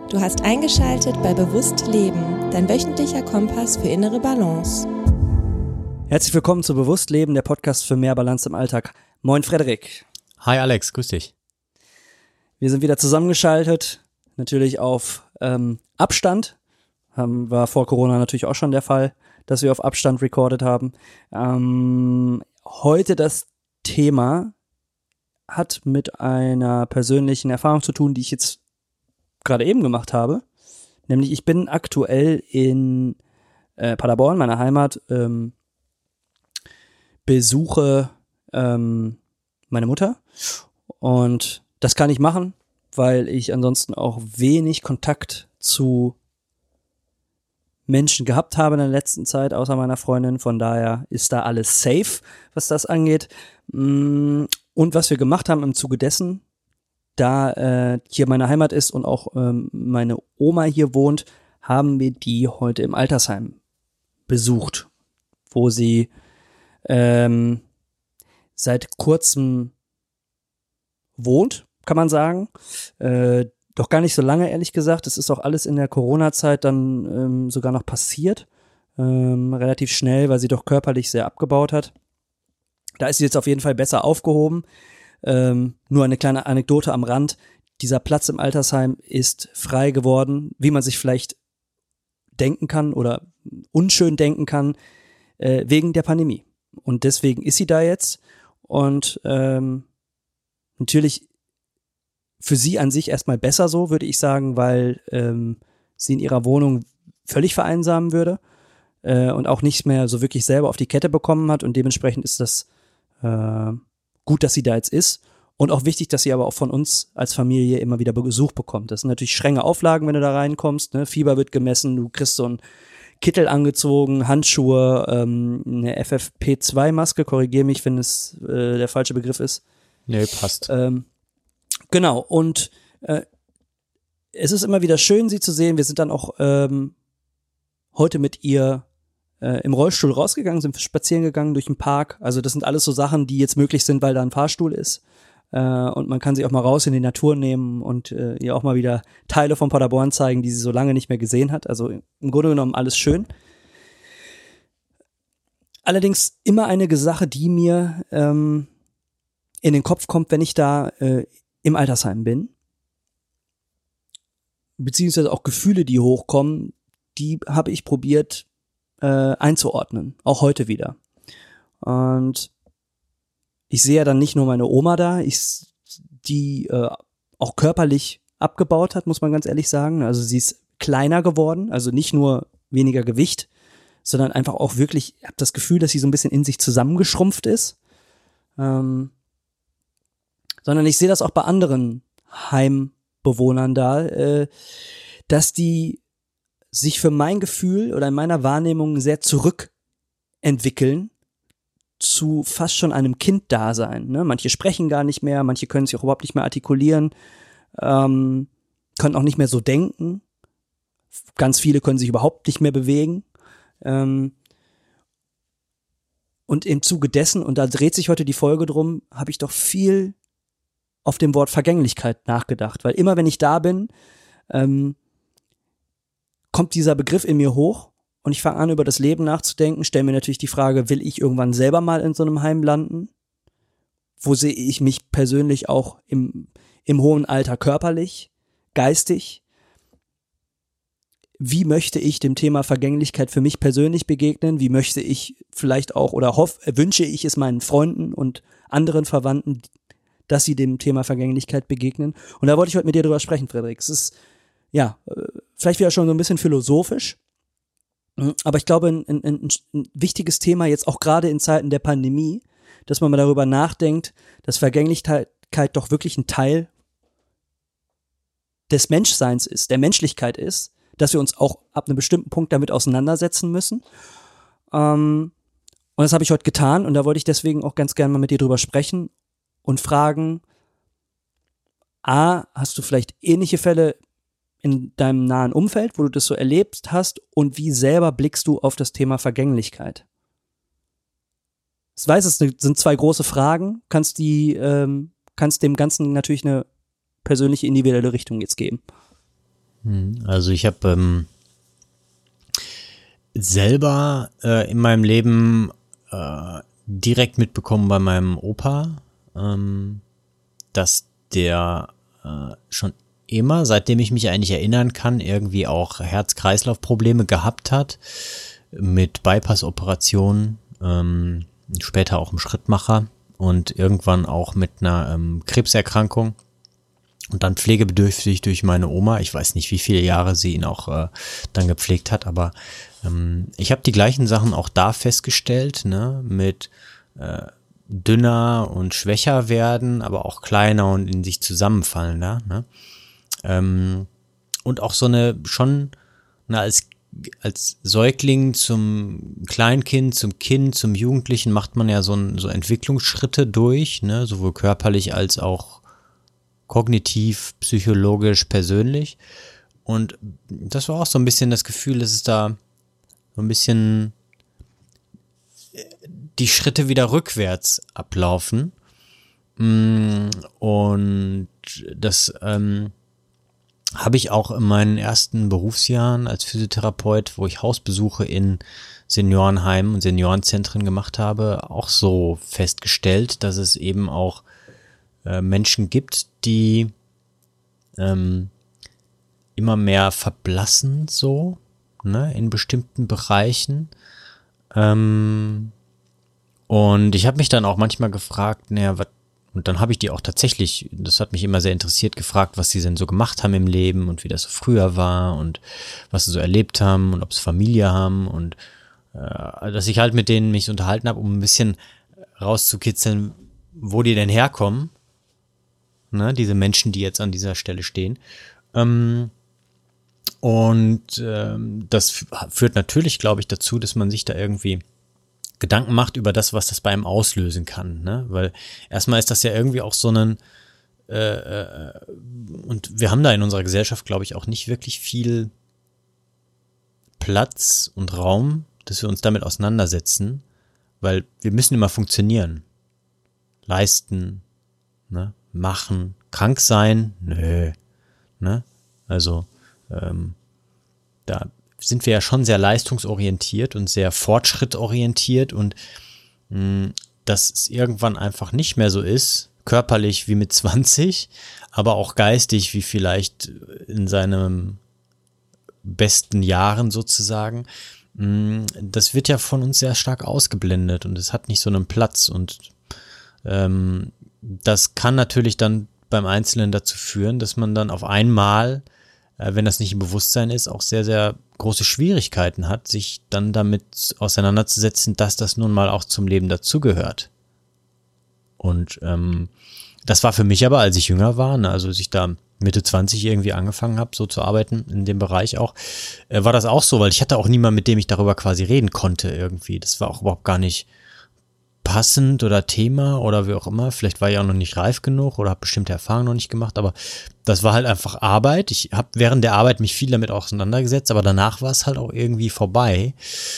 Du hast eingeschaltet bei Bewusst Leben, dein wöchentlicher Kompass für innere Balance. Herzlich willkommen zu Bewusst Leben, der Podcast für mehr Balance im Alltag. Moin Frederik. Hi Alex, grüß dich. Wir sind wieder zusammengeschaltet, natürlich auf Abstand. War vor Corona natürlich auch schon der Fall, dass wir auf Abstand recorded haben. Heute das Thema hat mit einer persönlichen Erfahrung zu tun, die ich jetzt gerade eben gemacht habe. Nämlich ich bin aktuell in Paderborn, meiner Heimat, besuche meine Mutter und das kann ich machen, weil ich ansonsten auch wenig Kontakt zu Menschen gehabt habe in der letzten Zeit, außer meiner Freundin. Von daher ist da alles safe, was das angeht. Und was wir gemacht haben im Zuge dessen, da hier meine Heimat ist und auch meine Oma hier wohnt, haben wir die heute im Altersheim besucht, wo sie seit kurzem wohnt, kann man sagen. Doch gar nicht so lange, ehrlich gesagt. Es ist auch alles in der Corona-Zeit dann sogar noch passiert. Relativ schnell, weil sie doch körperlich sehr abgebaut hat. Da ist sie jetzt auf jeden Fall besser aufgehoben. Nur eine kleine Anekdote am Rand. Dieser Platz im Altersheim ist frei geworden, wie man sich vielleicht denken kann oder unschön denken kann, wegen der Pandemie. Und deswegen ist sie da jetzt. Und natürlich für sie an sich erstmal besser so, würde ich sagen, weil sie in ihrer Wohnung völlig vereinsamen würde und auch nicht mehr so wirklich selber auf die Kette bekommen hat. Und dementsprechend ist das gut, dass sie da jetzt ist. Und auch wichtig, dass sie aber auch von uns als Familie immer wieder Besuch bekommt. Das sind natürlich strenge Auflagen, wenn du da reinkommst. Ne? Fieber wird gemessen, du kriegst so einen Kittel angezogen, Handschuhe, eine FFP2-Maske, korrigiere mich, wenn es der falsche Begriff ist. Nee, passt. Genau, und es ist immer wieder schön, sie zu sehen. Wir sind dann auch heute mit ihr im Rollstuhl rausgegangen, sind spazieren gegangen durch den Park. Also das sind alles so Sachen, die jetzt möglich sind, weil da ein Fahrstuhl ist. Und man kann sie auch mal raus in die Natur nehmen und ihr auch mal wieder Teile von Paderborn zeigen, die sie so lange nicht mehr gesehen hat. Also im Grunde genommen alles schön. Allerdings immer eine Sache, die mir in den Kopf kommt, wenn ich da im Altersheim bin. Beziehungsweise auch Gefühle, die hochkommen, die habe ich probiert einzuordnen. Auch heute wieder. Und ich sehe ja dann nicht nur meine Oma da, die auch körperlich abgebaut hat, muss man ganz ehrlich sagen. Also sie ist kleiner geworden, also nicht nur weniger Gewicht, sondern einfach auch wirklich, ich habe das Gefühl, dass sie so ein bisschen in sich zusammengeschrumpft ist. Sondern ich sehe das auch bei anderen Heimbewohnern da, dass die sich für mein Gefühl oder in meiner Wahrnehmung sehr zurückentwickeln zu fast schon einem Kinddasein. Ne? Manche sprechen gar nicht mehr, manche können sich auch überhaupt nicht mehr artikulieren, können auch nicht mehr so denken. Ganz viele können sich überhaupt nicht mehr bewegen. Und im Zuge dessen, und da dreht sich heute die Folge drum, habe ich doch viel auf dem Wort Vergänglichkeit nachgedacht. Weil immer, wenn ich da bin, kommt dieser Begriff in mir hoch. Und ich fange an, über das Leben nachzudenken, stelle mir natürlich die Frage, will ich irgendwann selber mal in so einem Heim landen? Wo sehe ich mich persönlich auch im hohen Alter körperlich, geistig? Wie möchte ich dem Thema Vergänglichkeit für mich persönlich begegnen? Wie möchte ich vielleicht auch oder wünsche ich es meinen Freunden und anderen Verwandten, dass sie dem Thema Vergänglichkeit begegnen? Und da wollte ich heute mit dir drüber sprechen, Frederik. Es ist, ja, vielleicht wieder schon so ein bisschen philosophisch. Aber ich glaube, ein wichtiges Thema jetzt auch gerade in Zeiten der Pandemie, dass man mal darüber nachdenkt, dass Vergänglichkeit doch wirklich ein Teil des Menschseins ist, der Menschlichkeit ist, dass wir uns auch ab einem bestimmten Punkt damit auseinandersetzen müssen. Und das habe ich heute getan und da wollte ich deswegen auch ganz gerne mal mit dir drüber sprechen und fragen, hast du vielleicht ähnliche Fälle in deinem nahen Umfeld, wo du das so erlebt hast und wie selber blickst du auf das Thema Vergänglichkeit? Ich weiß, es sind zwei große Fragen, kannst dem Ganzen natürlich eine persönliche, individuelle Richtung jetzt geben. Also ich habe selber in meinem Leben direkt mitbekommen bei meinem Opa, dass der schon immer, seitdem ich mich eigentlich erinnern kann, irgendwie auch Herz-Kreislauf-Probleme gehabt hat, mit Bypass-Operationen, später auch im Schrittmacher und irgendwann auch mit einer Krebserkrankung und dann pflegebedürftig durch meine Oma. Ich weiß nicht, wie viele Jahre sie ihn auch dann gepflegt hat, aber ich habe die gleichen Sachen auch da festgestellt, ne, mit dünner und schwächer werden, aber auch kleiner und in sich zusammenfallender, ne? Und auch so eine schon, na, als Säugling zum Kleinkind, zum Kind, zum Jugendlichen macht man ja so Entwicklungsschritte durch, ne, sowohl körperlich als auch kognitiv, psychologisch, persönlich. Und das war auch so ein bisschen das Gefühl, dass es da so ein bisschen die Schritte wieder rückwärts ablaufen. Und das habe ich auch in meinen ersten Berufsjahren als Physiotherapeut, wo ich Hausbesuche in Seniorenheimen und Seniorenzentren gemacht habe, auch so festgestellt, dass es eben auch Menschen gibt, die immer mehr verblassen so, ne, in bestimmten Bereichen. Und ich habe mich dann auch manchmal gefragt, naja, und dann habe ich die auch tatsächlich, das hat mich immer sehr interessiert, gefragt, was sie denn so gemacht haben im Leben und wie das so früher war und was sie so erlebt haben und ob sie Familie haben und dass ich halt mit denen mich unterhalten habe, um ein bisschen rauszukitzeln, wo die denn herkommen, ne, diese Menschen, die jetzt an dieser Stelle stehen. Das führt natürlich, glaube ich, dazu, dass man sich da irgendwie Gedanken macht über das, was das bei einem auslösen kann, ne? Weil erstmal ist das ja irgendwie auch so und wir haben da in unserer Gesellschaft, glaube ich, auch nicht wirklich viel Platz und Raum, dass wir uns damit auseinandersetzen, weil wir müssen immer funktionieren, leisten, ne? Machen, krank sein, nö, ne? Also da sind wir ja schon sehr leistungsorientiert und sehr fortschrittorientiert und dass es irgendwann einfach nicht mehr so ist, körperlich wie mit 20, aber auch geistig wie vielleicht in seinen besten Jahren sozusagen, das wird ja von uns sehr stark ausgeblendet und es hat nicht so einen Platz und das kann natürlich dann beim Einzelnen dazu führen, dass man dann auf einmal, wenn das nicht im Bewusstsein ist, auch sehr, sehr große Schwierigkeiten hat, sich dann damit auseinanderzusetzen, dass das nun mal auch zum Leben dazugehört. Und das war für mich aber, als ich jünger war, ne, also als ich da Mitte 20 irgendwie angefangen habe, so zu arbeiten in dem Bereich auch, war das auch so, weil ich hatte auch niemanden, mit dem ich darüber quasi reden konnte irgendwie. Das war auch überhaupt gar nicht passend oder Thema oder wie auch immer. Vielleicht war ich auch noch nicht reif genug oder habe bestimmte Erfahrungen noch nicht gemacht, aber das war halt einfach Arbeit. Ich habe während der Arbeit mich viel damit auseinandergesetzt, aber danach war es halt auch irgendwie vorbei.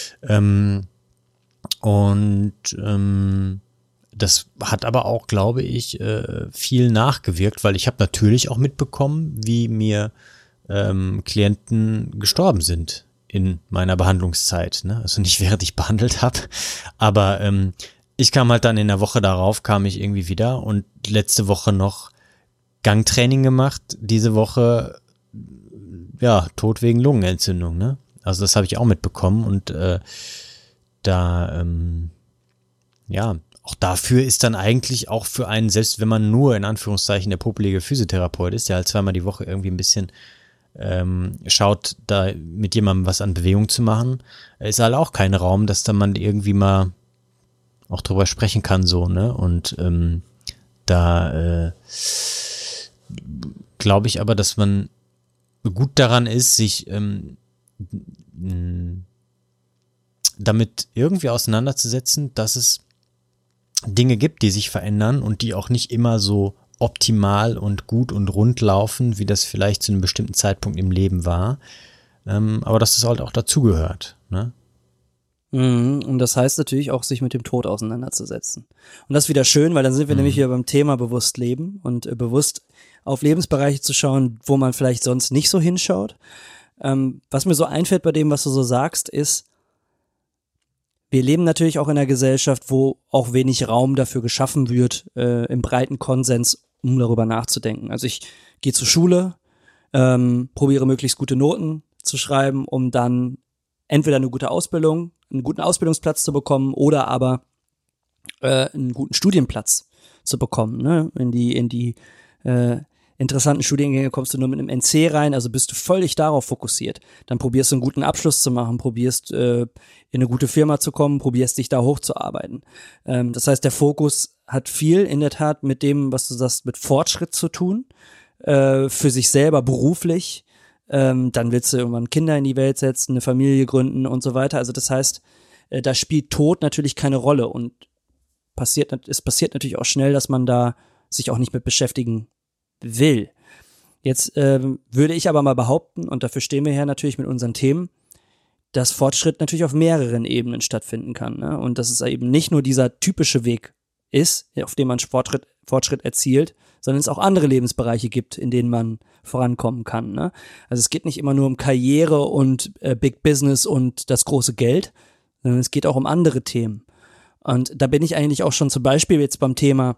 Das hat aber auch, glaube ich, viel nachgewirkt, weil ich habe natürlich auch mitbekommen, wie mir Klienten gestorben sind in meiner Behandlungszeit, ne? Also nicht während ich behandelt habe, aber ich kam halt dann in der Woche darauf, kam ich irgendwie wieder und letzte Woche noch Gangtraining gemacht, diese Woche ja, Tod wegen Lungenentzündung, ne? Also das habe ich auch mitbekommen und auch dafür ist dann eigentlich auch für einen, selbst wenn man nur in Anführungszeichen der popelige Physiotherapeut ist, der halt zweimal die Woche irgendwie ein bisschen schaut, da mit jemandem was an Bewegung zu machen, ist halt auch kein Raum, dass da man irgendwie mal auch drüber sprechen kann, so, ne? Und glaube ich aber, dass man gut daran ist, sich damit irgendwie auseinanderzusetzen, dass es Dinge gibt, die sich verändern und die auch nicht immer so optimal und gut und rund laufen, wie das vielleicht zu einem bestimmten Zeitpunkt im Leben war. Aber dass das halt auch dazugehört, ne? Und das heißt natürlich auch, sich mit dem Tod auseinanderzusetzen. Und das ist wieder schön, weil dann sind wir nämlich wieder beim Thema bewusst leben und bewusst auf Lebensbereiche zu schauen, wo man vielleicht sonst nicht so hinschaut. Was mir so einfällt bei dem, was du so sagst, ist, wir leben natürlich auch in einer Gesellschaft, wo auch wenig Raum dafür geschaffen wird, im breiten Konsens, um darüber nachzudenken. Also ich gehe zur Schule, probiere möglichst gute Noten zu schreiben, um dann entweder eine gute Ausbildung, einen guten Ausbildungsplatz zu bekommen oder aber einen guten Studienplatz zu bekommen. Ne? In die interessanten Studiengänge kommst du nur mit einem NC rein, also bist du völlig darauf fokussiert. Dann probierst du einen guten Abschluss zu machen, probierst in eine gute Firma zu kommen, probierst dich da hochzuarbeiten. Das heißt, der Fokus hat viel in der Tat mit dem, was du sagst, mit Fortschritt zu tun, für sich selber beruflich. Dann willst du irgendwann Kinder in die Welt setzen, eine Familie gründen und so weiter. Also das heißt, da spielt Tod natürlich keine Rolle und es passiert natürlich auch schnell, dass man da sich auch nicht mit beschäftigen will. Jetzt würde ich aber mal behaupten, und dafür stehen wir hier natürlich mit unseren Themen, dass Fortschritt natürlich auf mehreren Ebenen stattfinden kann. Ne? Und dass es eben nicht nur dieser typische Weg ist, auf dem man Fortschritt erzielt, sondern es auch andere Lebensbereiche gibt, in denen man vorankommen kann. Ne? Also es geht nicht immer nur um Karriere und Big Business und das große Geld, sondern es geht auch um andere Themen. Und da bin ich eigentlich auch schon zum Beispiel jetzt beim Thema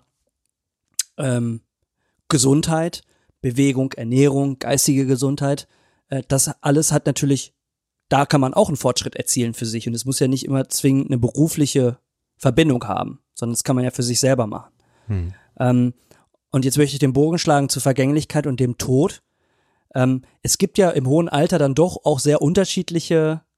Gesundheit, Bewegung, Ernährung, geistige Gesundheit. Das alles hat natürlich, da kann man auch einen Fortschritt erzielen für sich. Und es muss ja nicht immer zwingend eine berufliche Verbindung haben, sondern das kann man ja für sich selber machen. Und jetzt möchte ich den Bogen schlagen zur Vergänglichkeit und dem Tod. Es gibt ja im hohen Alter dann doch auch sehr unterschiedlich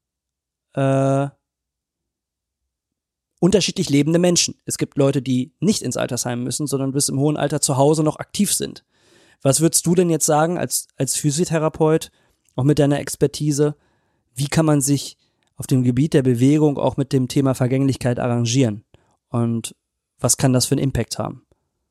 lebende Menschen. Es gibt Leute, die nicht ins Altersheim müssen, sondern bis im hohen Alter zu Hause noch aktiv sind. Was würdest du denn jetzt sagen als Physiotherapeut, auch mit deiner Expertise, wie kann man sich auf dem Gebiet der Bewegung auch mit dem Thema Vergänglichkeit arrangieren? Und was kann das für einen Impact haben?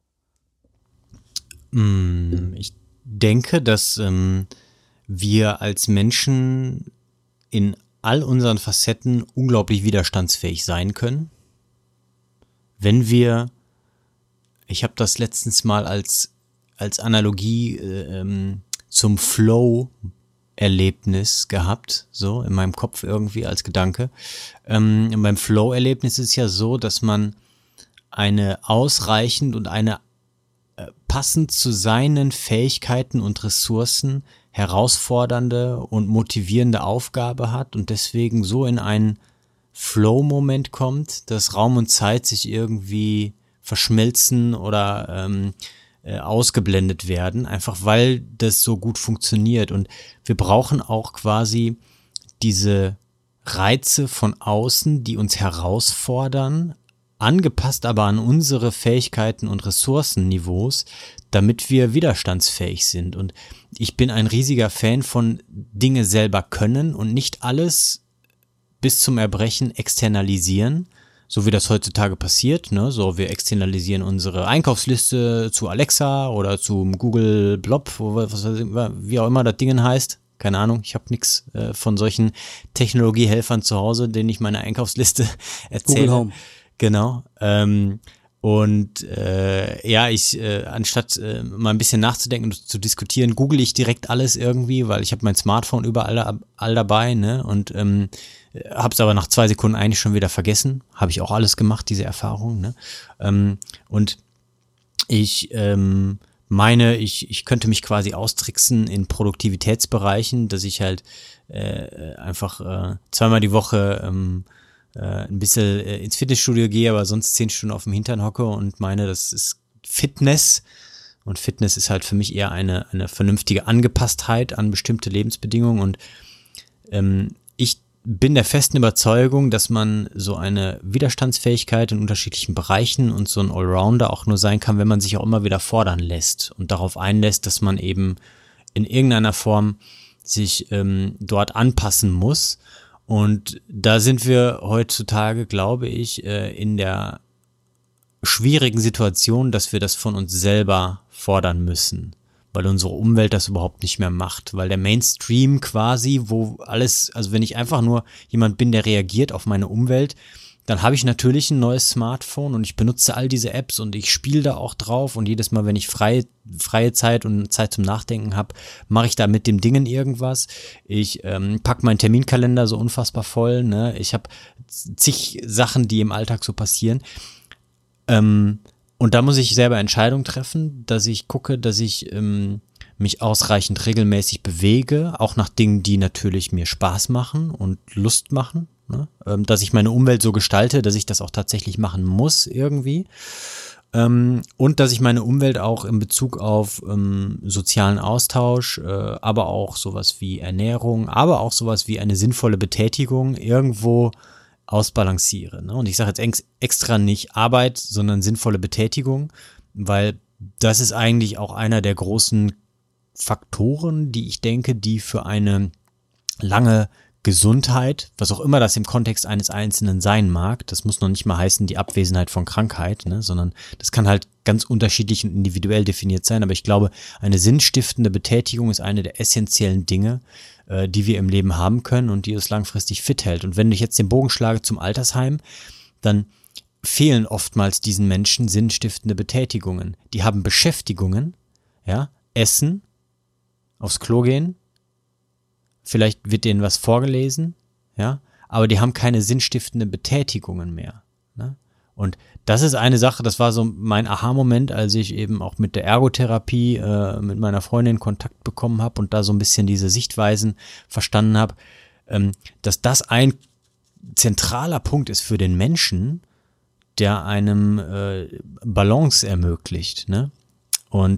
Ich denke, dass wir als Menschen in all unseren Facetten unglaublich widerstandsfähig sein können. Wenn wir, ich habe das letztens mal als Analogie zum Flow-Erlebnis gehabt, so in meinem Kopf irgendwie als Gedanke. Beim Flow-Erlebnis ist es ja so, dass man eine ausreichend und eine passend zu seinen Fähigkeiten und Ressourcen herausfordernde und motivierende Aufgabe hat und deswegen so in einen Flow-Moment kommt, dass Raum und Zeit sich irgendwie verschmelzen oder ausgeblendet werden, einfach weil das so gut funktioniert. Und wir brauchen auch quasi diese Reize von außen, die uns herausfordern, angepasst aber an unsere Fähigkeiten und Ressourcenniveaus, damit wir widerstandsfähig sind. Und ich bin ein riesiger Fan von Dinge selber können und nicht alles bis zum Erbrechen externalisieren, so wie das heutzutage passiert. Ne? So, wir externalisieren unsere Einkaufsliste zu Alexa oder zum Google Blob, wie auch immer das Ding heißt. Keine Ahnung, ich habe nichts von solchen Technologiehelfern zu Hause, denen ich meine Einkaufsliste erzähle. Google Home. Genau. Anstatt mal ein bisschen nachzudenken und zu diskutieren, google ich direkt alles irgendwie, weil ich habe mein Smartphone überall all dabei, ne? Und habe es aber nach 2 Sekunden eigentlich schon wieder vergessen. Habe ich auch alles gemacht, diese Erfahrung, ne? Und ich meine, ich könnte mich quasi austricksen in Produktivitätsbereichen, dass ich halt einfach 2-mal die Woche ein bisschen ins Fitnessstudio gehe, aber sonst 10 Stunden auf dem Hintern hocke und meine, das ist Fitness. Und Fitness ist halt für mich eher eine vernünftige Angepasstheit an bestimmte Lebensbedingungen. Und ich bin der festen Überzeugung, dass man so eine Widerstandsfähigkeit in unterschiedlichen Bereichen und so ein Allrounder auch nur sein kann, wenn man sich auch immer wieder fordern lässt und darauf einlässt, dass man eben in irgendeiner Form sich dort anpassen muss. Und da sind wir heutzutage, glaube ich, in der schwierigen Situation, dass wir das von uns selber fordern müssen, weil unsere Umwelt das überhaupt nicht mehr macht, weil der Mainstream quasi, wo alles, also wenn ich einfach nur jemand bin, der reagiert auf meine Umwelt, dann habe ich natürlich ein neues Smartphone und ich benutze all diese Apps und ich spiele da auch drauf und jedes Mal, wenn ich freie Zeit und Zeit zum Nachdenken habe, mache ich da mit dem Dingen irgendwas. Ich packe meinen Terminkalender so unfassbar voll, ne? Ich habe zig Sachen, die im Alltag so passieren. Und da muss ich selber Entscheidungen treffen, dass ich gucke, dass ich mich ausreichend regelmäßig bewege, auch nach Dingen, die natürlich mir Spaß machen und Lust machen, ne? Dass ich meine Umwelt so gestalte, dass ich das auch tatsächlich machen muss irgendwie. Und dass ich meine Umwelt auch in Bezug auf sozialen Austausch, aber auch sowas wie Ernährung, aber auch sowas wie eine sinnvolle Betätigung irgendwo ausbalanciere. Ne? Und ich sage jetzt extra nicht Arbeit, sondern sinnvolle Betätigung, weil das ist eigentlich auch einer der großen Faktoren, die ich denke, die für eine lange Gesundheit, was auch immer das im Kontext eines Einzelnen sein mag, das muss noch nicht mal heißen die Abwesenheit von Krankheit, ne, sondern das kann halt ganz unterschiedlich und individuell definiert sein, aber ich glaube, eine sinnstiftende Betätigung ist eine der essentiellen Dinge, die wir im Leben haben können und die uns langfristig fit hält. Und wenn ich jetzt den Bogen schlage zum Altersheim, dann fehlen oftmals diesen Menschen sinnstiftende Betätigungen. Die haben Beschäftigungen, ja, Essen, aufs Klo gehen, vielleicht wird denen was vorgelesen, ja, aber die haben keine sinnstiftenden Betätigungen mehr, ne? Und das ist eine Sache, das war so mein Aha-Moment, als ich eben auch mit der Ergotherapie mit meiner Freundin Kontakt bekommen habe und da so ein bisschen diese Sichtweisen verstanden habe, dass das ein zentraler Punkt ist für den Menschen, der einem Balance ermöglicht, ne? Und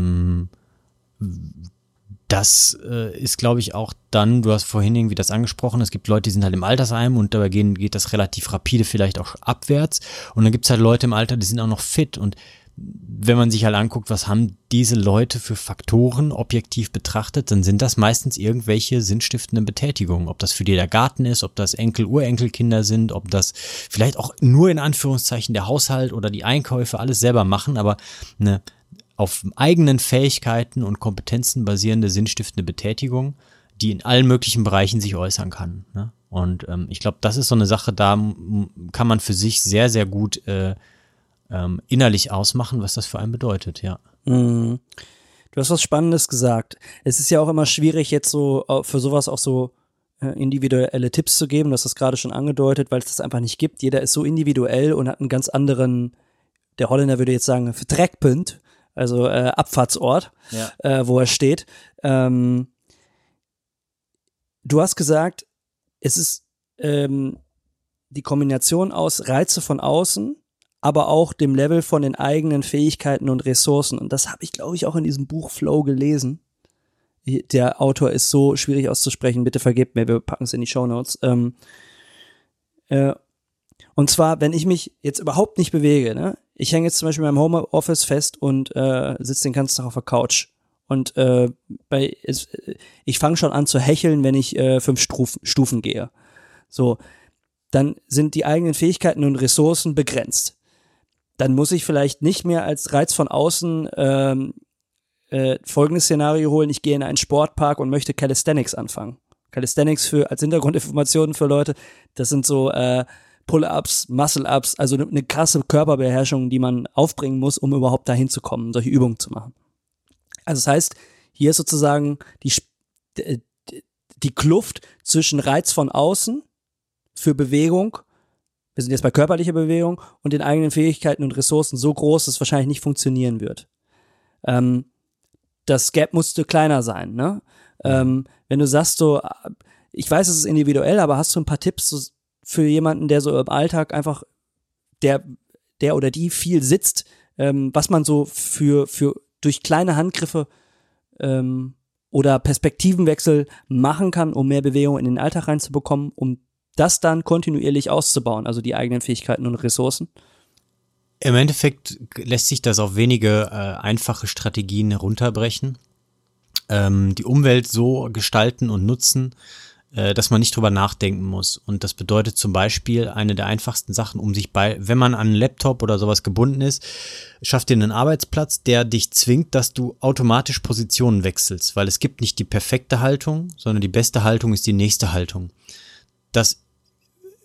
das ist, glaube ich, auch dann, du hast vorhin irgendwie das angesprochen, es gibt Leute, die sind halt im Altersheim und dabei geht das relativ rapide vielleicht auch abwärts und dann gibt es halt Leute im Alter, die sind auch noch fit und wenn man sich halt anguckt, was haben diese Leute für Faktoren objektiv betrachtet, dann sind das meistens irgendwelche sinnstiftenden Betätigungen, ob das für die der Garten ist, ob das Urenkelkinder sind, ob das vielleicht auch nur in Anführungszeichen der Haushalt oder die Einkäufe alles selber machen, aber eine auf eigenen Fähigkeiten und Kompetenzen basierende sinnstiftende Betätigung, die in allen möglichen Bereichen sich äußern kann, ne? Und ich glaube, das ist so eine Sache, da kann man für sich sehr, sehr gut innerlich ausmachen, was das für einen bedeutet, ja. Du hast was Spannendes gesagt. Es ist ja auch immer schwierig, jetzt so für sowas auch so individuelle Tipps zu geben. Du hast das gerade schon angedeutet, weil es das einfach nicht gibt. Jeder ist so individuell und hat einen ganz anderen, der Holländer würde jetzt sagen, Vertrekpunt, also Abfahrtsort, ja, wo er steht. Du hast gesagt, es ist die Kombination aus Reize von außen, aber auch dem Level von den eigenen Fähigkeiten und Ressourcen. Und das habe ich, glaube ich, auch in diesem Buch Flow gelesen. Der Autor ist so schwierig auszusprechen, bitte vergebt mir, wir packen es in die Shownotes. Und zwar, wenn ich mich jetzt überhaupt nicht bewege, ne? Ich hänge jetzt zum Beispiel in meinem Homeoffice fest und sitze den ganzen Tag auf der Couch. Und ich fange schon an zu hecheln, wenn ich 5 Stufen gehe. So, dann sind die eigenen Fähigkeiten und Ressourcen begrenzt. Dann muss ich vielleicht nicht mehr als Reiz von außen folgendes Szenario holen: Ich gehe in einen Sportpark und möchte Calisthenics anfangen. Calisthenics als Hintergrundinformationen für Leute, das sind so Pull-ups, Muscle-ups, also eine krasse Körperbeherrschung, die man aufbringen muss, um überhaupt dahin zu kommen, solche Übungen zu machen. Also das heißt, hier ist sozusagen die Kluft zwischen Reiz von außen für Bewegung, wir sind jetzt bei körperlicher Bewegung, und den eigenen Fähigkeiten und Ressourcen so groß, dass es wahrscheinlich nicht funktionieren wird. Das Gap musste kleiner sein, ne? Wenn du sagst so, ich weiß, es ist individuell, aber hast du ein paar Tipps so für jemanden, der so im Alltag einfach, der oder die viel sitzt, was man so für durch kleine Handgriffe oder Perspektivenwechsel machen kann, um mehr Bewegung in den Alltag reinzubekommen, um das dann kontinuierlich auszubauen, also die eigenen Fähigkeiten und Ressourcen? Im Endeffekt lässt sich das auf wenige einfache Strategien herunterbrechen. Die Umwelt so gestalten und nutzen, dass man nicht drüber nachdenken muss. Und das bedeutet zum Beispiel, eine der einfachsten Sachen, wenn man an einen Laptop oder sowas gebunden ist, schaff dir einen Arbeitsplatz, der dich zwingt, dass du automatisch Positionen wechselst, weil es gibt nicht die perfekte Haltung, sondern die beste Haltung ist die nächste Haltung. Das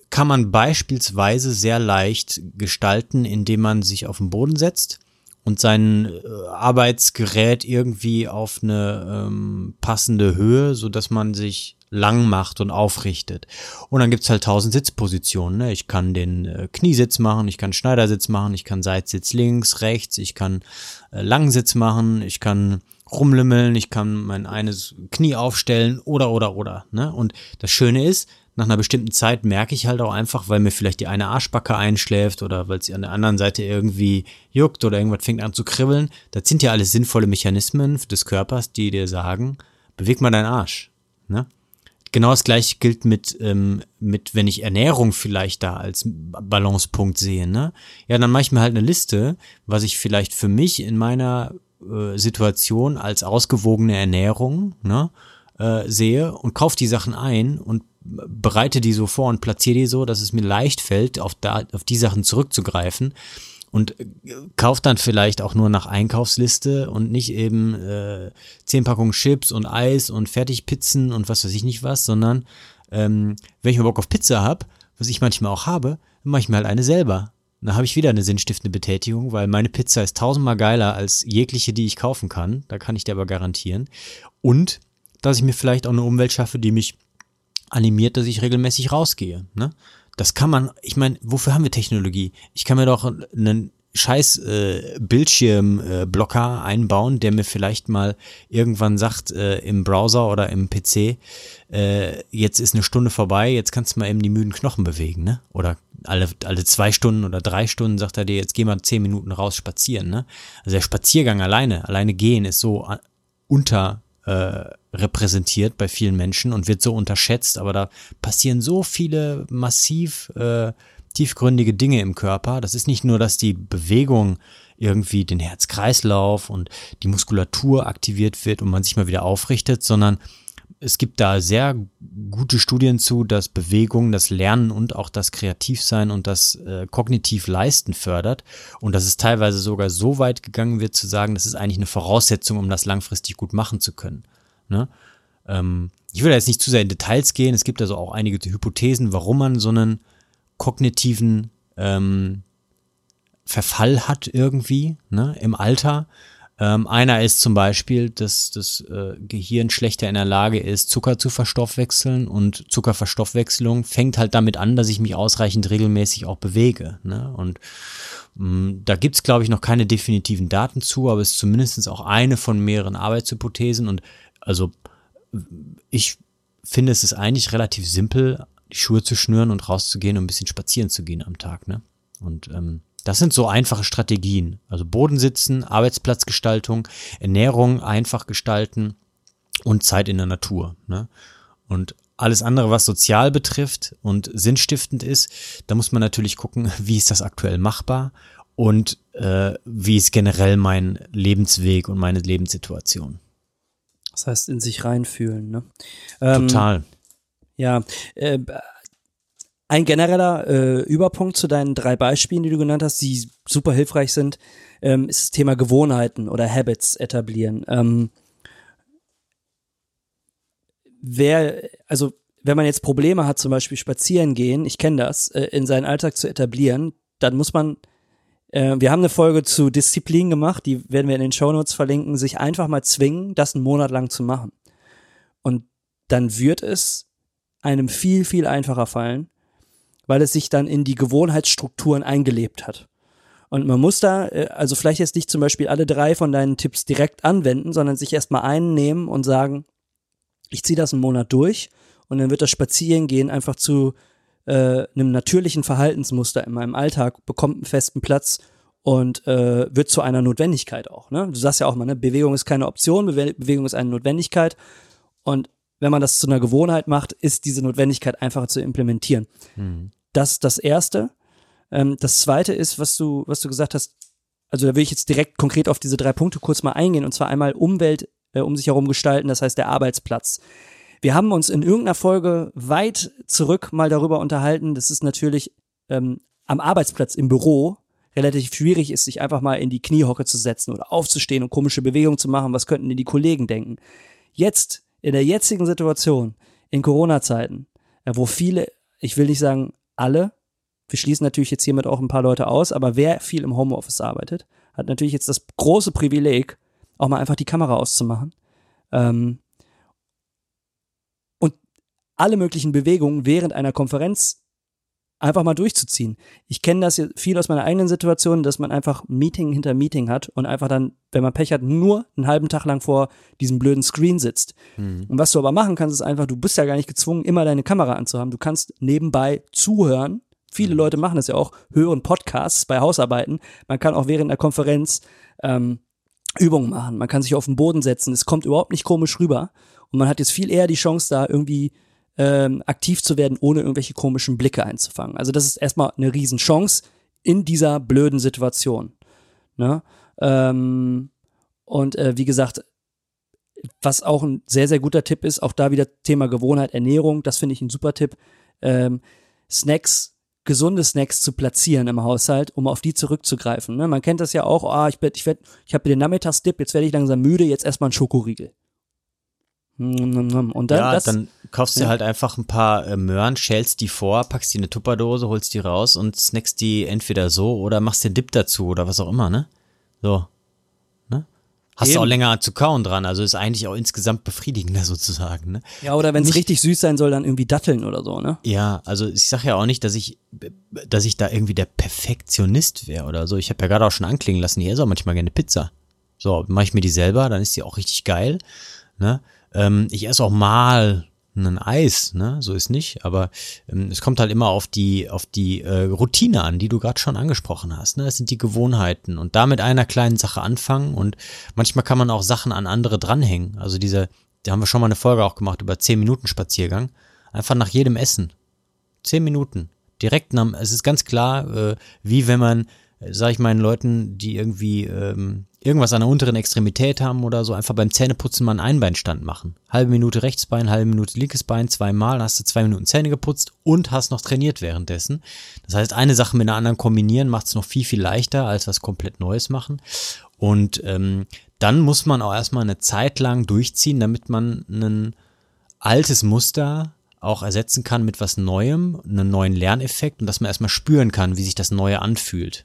kann man beispielsweise sehr leicht gestalten, indem man sich auf den Boden setzt und sein Arbeitsgerät irgendwie auf eine passende Höhe, so dass man sich lang macht und aufrichtet. Und dann gibt's halt 1000 Sitzpositionen. Ne? Ich kann den Kniesitz machen, ich kann Schneidersitz machen, ich kann Seitssitz links, rechts, ich kann Langsitz machen, ich kann rumlümmeln, ich kann mein eines Knie aufstellen oder. Ne? Und das Schöne ist, nach einer bestimmten Zeit merke ich halt auch einfach, weil mir vielleicht die eine Arschbacke einschläft oder weil es an der anderen Seite irgendwie juckt oder irgendwas fängt an zu kribbeln. Das sind ja alles sinnvolle Mechanismen des Körpers, die dir sagen, beweg mal deinen Arsch. Ne? Genau das Gleiche gilt mit wenn ich Ernährung vielleicht da als Balancepunkt sehe. Ne? Ja, dann mache ich mir halt eine Liste, was ich vielleicht für mich in meiner Situation als ausgewogene Ernährung sehe und kaufe die Sachen ein und bereite die so vor und platziere die so, dass es mir leicht fällt, auf die Sachen zurückzugreifen und kaufe dann vielleicht auch nur nach Einkaufsliste und nicht eben 10 Packungen Chips und Eis und Fertigpizzen und was weiß ich nicht was, sondern wenn ich mal Bock auf Pizza habe, was ich manchmal auch habe, dann mache ich mir halt eine selber. Dann habe ich wieder eine sinnstiftende Betätigung, weil meine Pizza ist 1000-mal geiler als jegliche, die ich kaufen kann. Da kann ich dir aber garantieren. Und dass ich mir vielleicht auch eine Umwelt schaffe, die mich animiert, dass ich regelmäßig rausgehe. Ne? Das kann man, ich meine, wofür haben wir Technologie? Ich kann mir doch einen scheiß Bildschirmblocker einbauen, der mir vielleicht mal irgendwann sagt im Browser oder im PC, jetzt ist eine Stunde vorbei, jetzt kannst du mal eben die müden Knochen bewegen, ne? Oder alle 2 Stunden oder 3 Stunden sagt er dir, jetzt geh mal 10 Minuten raus spazieren, ne? Also der Spaziergang alleine gehen ist so repräsentiert bei vielen Menschen und wird so unterschätzt, aber da passieren so viele massiv tiefgründige Dinge im Körper. Das ist nicht nur, dass die Bewegung irgendwie den Herz-Kreislauf und die Muskulatur aktiviert wird und man sich mal wieder aufrichtet, sondern es gibt da sehr gute Studien zu, dass Bewegung das Lernen und auch das Kreativsein und das kognitiv Leisten fördert und dass es teilweise sogar so weit gegangen wird zu sagen, das ist eigentlich eine Voraussetzung, um das langfristig gut machen zu können. Ne? Ich will jetzt nicht zu sehr in Details gehen, es gibt also auch einige Hypothesen, warum man so einen kognitiven Verfall hat irgendwie, ne, im Alter. Einer ist zum Beispiel, dass das Gehirn schlechter in der Lage ist, Zucker zu verstoffwechseln und Zuckerverstoffwechselung fängt halt damit an, dass ich mich ausreichend regelmäßig auch bewege. Ne? Und da gibt's, glaube ich, noch keine definitiven Daten zu, aber es ist zumindest auch eine von mehreren Arbeitshypothesen und also ich finde, es ist eigentlich relativ simpel, die Schuhe zu schnüren und rauszugehen und ein bisschen spazieren zu gehen am Tag. Ne? Und das sind so einfache Strategien. Also Bodensitzen, Arbeitsplatzgestaltung, Ernährung einfach gestalten und Zeit in der Natur. Ne? Und alles andere, was sozial betrifft und sinnstiftend ist, da muss man natürlich gucken, wie ist das aktuell machbar und wie ist generell mein Lebensweg und meine Lebenssituation. Das heißt, in sich reinfühlen. Ne? Total. Ja, ein genereller Überpunkt zu deinen 3 Beispielen, die du genannt hast, die super hilfreich sind, ist das Thema Gewohnheiten oder Habits etablieren. Wenn man jetzt Probleme hat, zum Beispiel spazieren gehen, ich kenne das, in seinen Alltag zu etablieren, dann muss man, wir haben eine Folge zu Disziplin gemacht, die werden wir in den Shownotes verlinken, sich einfach mal zwingen, das einen Monat lang zu machen. Und dann wird es einem viel, viel einfacher fallen, weil es sich dann in die Gewohnheitsstrukturen eingelebt hat. Und man muss da, also vielleicht jetzt nicht zum Beispiel alle 3 von deinen Tipps direkt anwenden, sondern sich erstmal einen nehmen und sagen, ich ziehe das einen Monat durch und dann wird das Spazierengehen einfach zu einem natürlichen Verhaltensmuster in meinem Alltag, bekommt einen festen Platz und wird zu einer Notwendigkeit auch. Ne? Du sagst ja auch mal, ne? Bewegung ist keine Option, Bewegung ist eine Notwendigkeit und wenn man das zu einer Gewohnheit macht, ist diese Notwendigkeit einfacher zu implementieren. Das ist das Erste. Das Zweite ist, was du gesagt hast, also da will ich jetzt direkt konkret auf diese 3 Punkte kurz mal eingehen, und zwar einmal Umwelt um sich herum gestalten, das heißt der Arbeitsplatz. Wir haben uns in irgendeiner Folge weit zurück mal darüber unterhalten, dass es natürlich am Arbeitsplatz im Büro relativ schwierig ist, sich einfach mal in die Kniehocke zu setzen oder aufzustehen und komische Bewegungen zu machen. Was könnten denn die Kollegen denken? Jetzt, in der jetzigen Situation, in Corona-Zeiten, wo viele, ich will nicht sagen alle, wir schließen natürlich jetzt hiermit auch ein paar Leute aus, aber wer viel im Homeoffice arbeitet, hat natürlich jetzt das große Privileg, auch mal einfach die Kamera auszumachen. Und alle möglichen Bewegungen während einer Konferenz einfach mal durchzuziehen. Ich kenne das ja viel aus meiner eigenen Situation, dass man einfach Meeting hinter Meeting hat und einfach dann, wenn man Pech hat, nur einen halben Tag lang vor diesem blöden Screen sitzt. Und was du aber machen kannst, ist einfach, du bist ja gar nicht gezwungen, immer deine Kamera anzuhaben. Du kannst nebenbei zuhören. Viele Leute machen das ja auch, hören Podcasts bei Hausarbeiten. Man kann auch während der Konferenz Übungen machen. Man kann sich auf den Boden setzen. Es kommt überhaupt nicht komisch rüber. Und man hat jetzt viel eher die Chance, da irgendwie aktiv zu werden, ohne irgendwelche komischen Blicke einzufangen. Also das ist erstmal eine Riesenchance in dieser blöden Situation. Ne? Wie gesagt, was auch ein sehr, sehr guter Tipp ist, auch da wieder Thema Gewohnheit, Ernährung, das finde ich ein super Tipp. Gesunde Snacks zu platzieren im Haushalt, um auf die zurückzugreifen. Ne? Man kennt das ja auch, ich habe den Nachmittagsdip, jetzt werde ich langsam müde, jetzt erstmal einen Schokoriegel. Und dann, dann kaufst du halt einfach ein paar Möhren, schälst die vor, packst die in eine Tupperdose, holst die raus und snackst die entweder so oder machst den Dip dazu oder was auch immer, ne? So. Ne? Hast du auch länger zu kauen dran, also ist eigentlich auch insgesamt befriedigender sozusagen, ne? Ja, oder wenn es richtig süß sein soll, dann irgendwie Datteln oder so, ne? Ja, also ich sag ja auch nicht, dass ich da irgendwie der Perfektionist wäre oder so. Ich habe ja gerade auch schon anklingen lassen, ich esse auch manchmal gerne Pizza. So, mache ich mir die selber, dann ist die auch richtig geil, ne? Ich esse auch mal ein Eis, ne, so ist nicht, aber es kommt halt immer auf die Routine an, die du gerade schon angesprochen hast, ne, das sind die Gewohnheiten und da mit einer kleinen Sache anfangen und manchmal kann man auch Sachen an andere dranhängen, also da haben wir schon mal eine Folge auch gemacht über 10 Minuten Spaziergang, einfach nach jedem Essen, 10 Minuten, direkt es ist ganz klar, wie wenn man, sag ich meinen Leuten, die irgendwie irgendwas an der unteren Extremität haben oder so, einfach beim Zähneputzen mal einen Einbeinstand machen. Halbe Minute rechts Bein, halbe Minute linkes Bein, 2-mal, dann hast du 2 Minuten Zähne geputzt und hast noch trainiert währenddessen. Das heißt, eine Sache mit einer anderen kombinieren macht es noch viel, viel leichter, als was komplett Neues machen. Und dann muss man auch erstmal eine Zeit lang durchziehen, damit man ein altes Muster auch ersetzen kann mit was Neuem, einen neuen Lerneffekt und dass man erstmal spüren kann, wie sich das Neue anfühlt.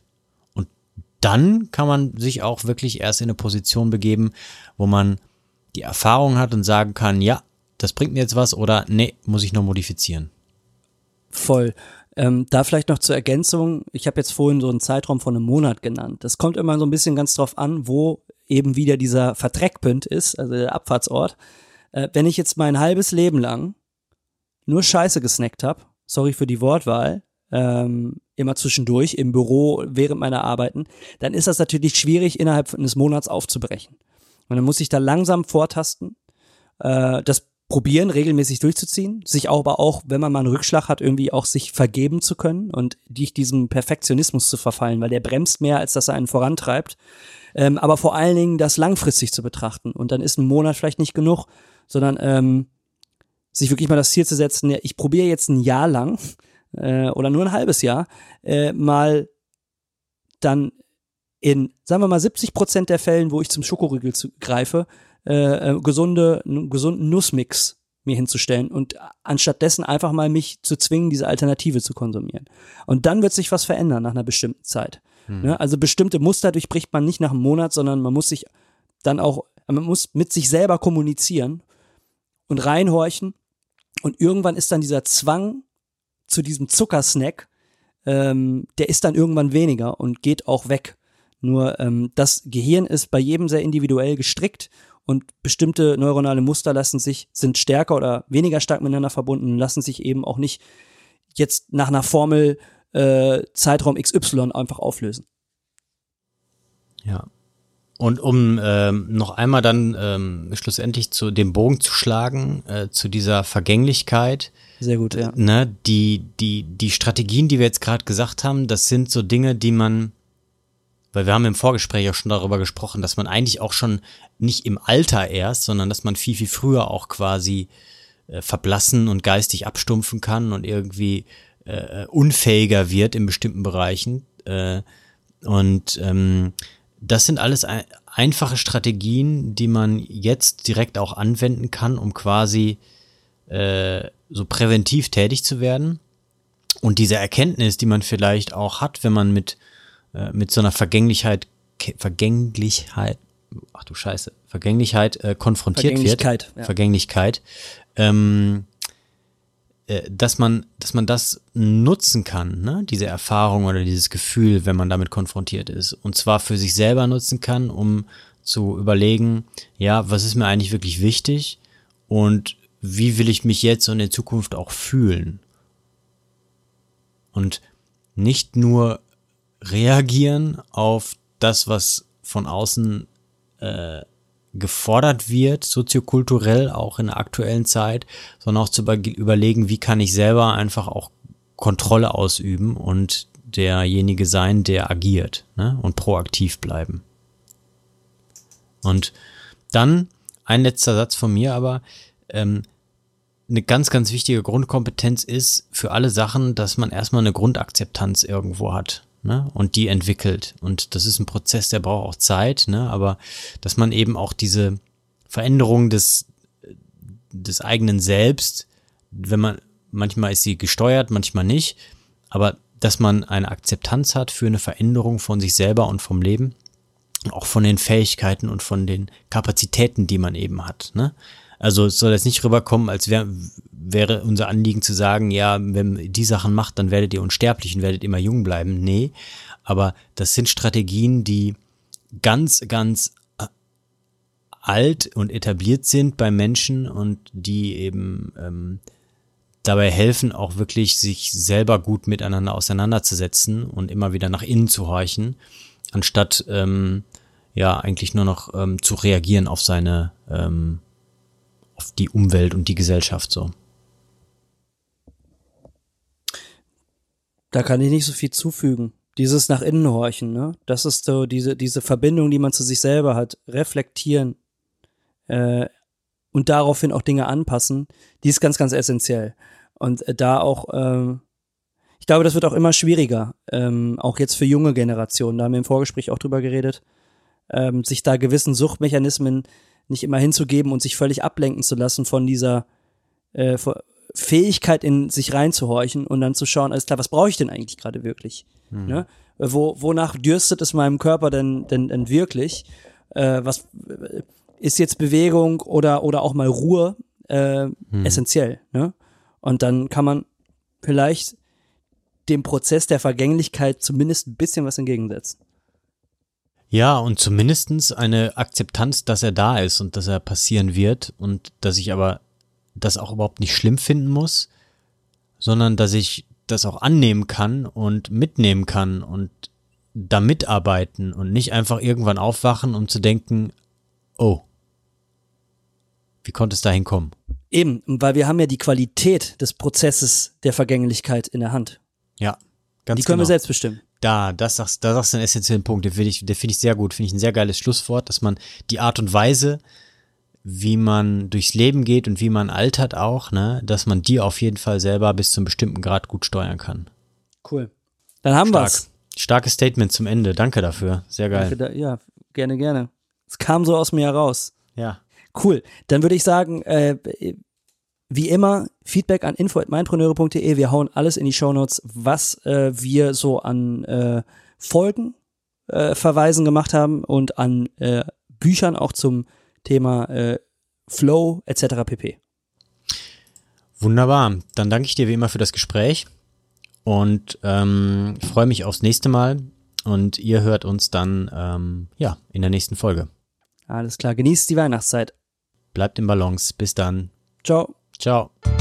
Dann kann man sich auch wirklich erst in eine Position begeben, wo man die Erfahrung hat und sagen kann, ja, das bringt mir jetzt was oder nee, muss ich noch modifizieren. Voll. Da vielleicht noch zur Ergänzung, ich habe jetzt vorhin so einen Zeitraum von einem Monat genannt. Das kommt immer so ein bisschen ganz drauf an, wo eben wieder dieser Vertreckpunkt ist, also der Abfahrtsort. Wenn ich jetzt mein halbes Leben lang nur Scheiße gesnackt habe, sorry für die Wortwahl, immer zwischendurch im Büro während meiner Arbeiten, dann ist das natürlich schwierig, innerhalb eines Monats aufzubrechen. Und dann muss ich da langsam vortasten, das probieren, regelmäßig durchzuziehen, sich aber auch, wenn man mal einen Rückschlag hat, irgendwie auch sich vergeben zu können und nicht diesem Perfektionismus zu verfallen, weil der bremst mehr, als dass er einen vorantreibt. Aber vor allen Dingen das langfristig zu betrachten. Und dann ist ein Monat vielleicht nicht genug, sondern sich wirklich mal das Ziel zu setzen, ja, ich probiere jetzt ein Jahr lang oder nur ein halbes Jahr, mal dann in, sagen wir mal, 70% der Fällen, wo ich zum Schokoriegel greife, einen gesunden Nussmix mir hinzustellen und anstatt dessen einfach mal mich zu zwingen, diese Alternative zu konsumieren. Und dann wird sich was verändern nach einer bestimmten Zeit. Ne? Also bestimmte Muster durchbricht man nicht nach einem Monat, sondern man muss mit sich selber kommunizieren und reinhorchen und irgendwann ist dann dieser Zwang zu diesem Zuckersnack, der ist dann irgendwann weniger und geht auch weg. Nur das Gehirn ist bei jedem sehr individuell gestrickt und bestimmte neuronale Muster sind stärker oder weniger stark miteinander verbunden und lassen sich eben auch nicht jetzt nach einer Formel Zeitraum XY einfach auflösen. Ja. Und um noch einmal dann schlussendlich zu dem Bogen zu schlagen, zu dieser Vergänglichkeit. Sehr gut, ja. Ne, die Strategien, die wir jetzt gerade gesagt haben, das sind so Dinge, die man, weil wir haben im Vorgespräch auch schon darüber gesprochen, dass man eigentlich auch schon nicht im Alter erst, sondern dass man viel, viel früher auch quasi verblassen und geistig abstumpfen kann und irgendwie unfähiger wird in bestimmten Bereichen. Das sind alles einfache Strategien, die man jetzt direkt auch anwenden kann, um quasi so präventiv tätig zu werden. Und diese Erkenntnis, die man vielleicht auch hat, wenn man mit so einer Vergänglichkeit konfrontiert wird. Ja. Vergänglichkeit. Dass man das nutzen kann, ne? Diese Erfahrung oder dieses Gefühl, wenn man damit konfrontiert ist. Und zwar für sich selber nutzen kann, um zu überlegen, ja, was ist mir eigentlich wirklich wichtig und wie will ich mich jetzt und in Zukunft auch fühlen? Und nicht nur reagieren auf das, was von außen gefordert wird, soziokulturell, auch in der aktuellen Zeit, sondern auch zu überlegen, wie kann ich selber einfach auch Kontrolle ausüben und derjenige sein, der agiert, ne? Und proaktiv bleiben. Und dann ein letzter Satz von mir, aber eine ganz, ganz wichtige Grundkompetenz ist für alle Sachen, dass man erstmal eine Grundakzeptanz irgendwo hat, ne? Und die entwickelt. Und das ist ein Prozess, der braucht auch Zeit, ne? Aber dass man eben auch diese Veränderung des eigenen Selbst, manchmal ist sie gesteuert, manchmal nicht, aber dass man eine Akzeptanz hat für eine Veränderung von sich selber und vom Leben, auch von den Fähigkeiten und von den Kapazitäten, die man eben hat, ne? Also es soll jetzt nicht rüberkommen, als wäre unser Anliegen zu sagen, ja, wenn ihr die Sachen macht, dann werdet ihr unsterblich und werdet immer jung bleiben. Nee, aber das sind Strategien, die ganz, ganz alt und etabliert sind bei Menschen und die eben dabei helfen, auch wirklich sich selber gut miteinander auseinanderzusetzen und immer wieder nach innen zu horchen, anstatt eigentlich nur noch zu reagieren auf auf die Umwelt und die Gesellschaft so. Da kann ich nicht so viel zufügen. Dieses nach innen horchen, ne? Das ist so diese Verbindung, die man zu sich selber hat, reflektieren und daraufhin auch Dinge anpassen, die ist ganz, ganz essentiell. Und da auch, ich glaube, das wird auch immer schwieriger, auch jetzt für junge Generationen, da haben wir im Vorgespräch auch drüber geredet, sich da gewissen Suchtmechanismen nicht immer hinzugeben und sich völlig ablenken zu lassen von dieser Fähigkeit, in sich reinzuhorchen und dann zu schauen, alles klar, was brauche ich denn eigentlich gerade wirklich? Ne? Wonach dürstet es meinem Körper denn wirklich? Was ist jetzt Bewegung oder auch mal Ruhe essentiell? Ne? Und dann kann man vielleicht dem Prozess der Vergänglichkeit zumindest ein bisschen was entgegensetzen. Ja, und zumindestens eine Akzeptanz, dass er da ist und dass er passieren wird und dass ich aber das auch überhaupt nicht schlimm finden muss, sondern dass ich das auch annehmen kann und mitnehmen kann und da mitarbeiten und nicht einfach irgendwann aufwachen, um zu denken, oh, wie konnte es dahin kommen? Eben, weil wir haben ja die Qualität des Prozesses der Vergänglichkeit in der Hand. Ja, ganz genau. Die können wir selbst bestimmen. Da sagst du einen essentiellen Punkt, den finde ich sehr gut, finde ich ein sehr geiles Schlusswort, dass man die Art und Weise, wie man durchs Leben geht und wie man altert auch, ne, dass man die auf jeden Fall selber bis zu einem bestimmten Grad gut steuern kann. Cool. Dann haben wir's. Starkes Statement zum Ende, danke dafür, sehr geil. Ja, gerne. Es kam so aus mir heraus. Ja. Cool, dann würde ich sagen, wie immer, Feedback an info@mindpreneure.de. Wir hauen alles in die Shownotes, was wir so an Folgen Verweisen gemacht haben und an Büchern auch zum Thema Flow etc. pp. Wunderbar, dann danke ich dir wie immer für das Gespräch und freue mich aufs nächste Mal und ihr hört uns dann in der nächsten Folge. Alles klar, genießt die Weihnachtszeit. Bleibt in Balance, bis dann. Ciao. Ciao.